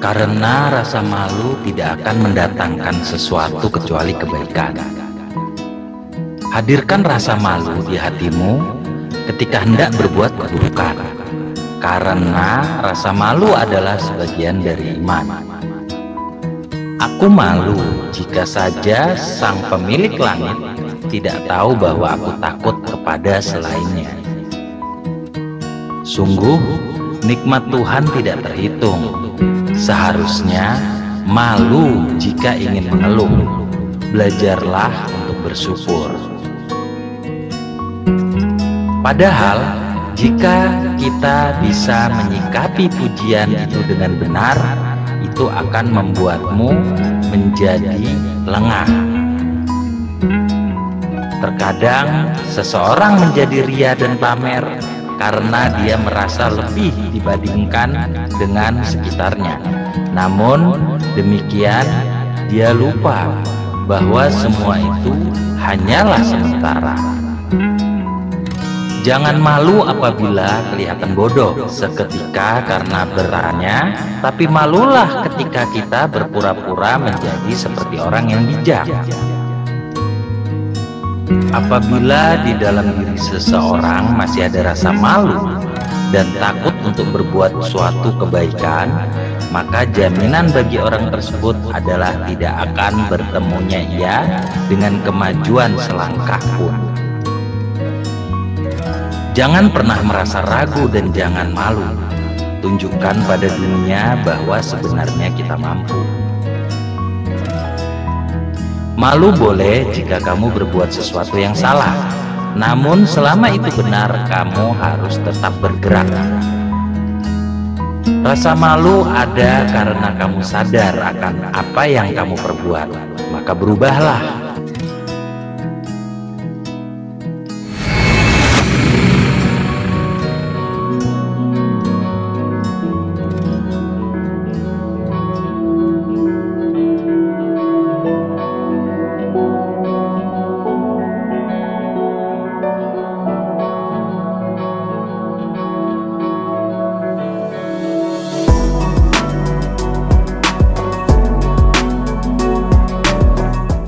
Karena rasa malu tidak akan mendatangkan sesuatu kecuali kebaikan. Hadirkan rasa malu di hatimu ketika hendak berbuat keburukan, karena rasa malu adalah sebagian dari iman. Aku malu jika saja sang pemilik langit tidak tahu bahwa aku takut kepada selainnya. Sungguh, nikmat Tuhan tidak terhitung. Seharusnya malu jika ingin mengeluh. Belajarlah untuk bersyukur. Padahal, jika kita bisa menyikapi pujian itu dengan benar, itu akan membuatmu menjadi lengah. Terkadang seseorang menjadi ria dan pamer karena dia merasa lebih dibandingkan dengan sekitarnya. Namun demikian, dia lupa bahwa semua itu hanyalah sementara. Jangan malu apabila kelihatan bodoh seketika karena bertanya, tapi malulah ketika kita berpura-pura menjadi seperti orang yang bijak. Apabila di dalam diri seseorang masih ada rasa malu dan takut untuk berbuat suatu kebaikan, maka jaminan bagi orang tersebut adalah tidak akan bertemunya ia dengan kemajuan selangkah pun. Jangan pernah merasa ragu dan jangan malu. Tunjukkan pada dunia bahwa sebenarnya kita mampu. Malu boleh jika kamu berbuat sesuatu yang salah, namun selama itu benar, kamu harus tetap bergerak. Rasa malu ada karena kamu sadar akan apa yang kamu perbuat, maka berubahlah.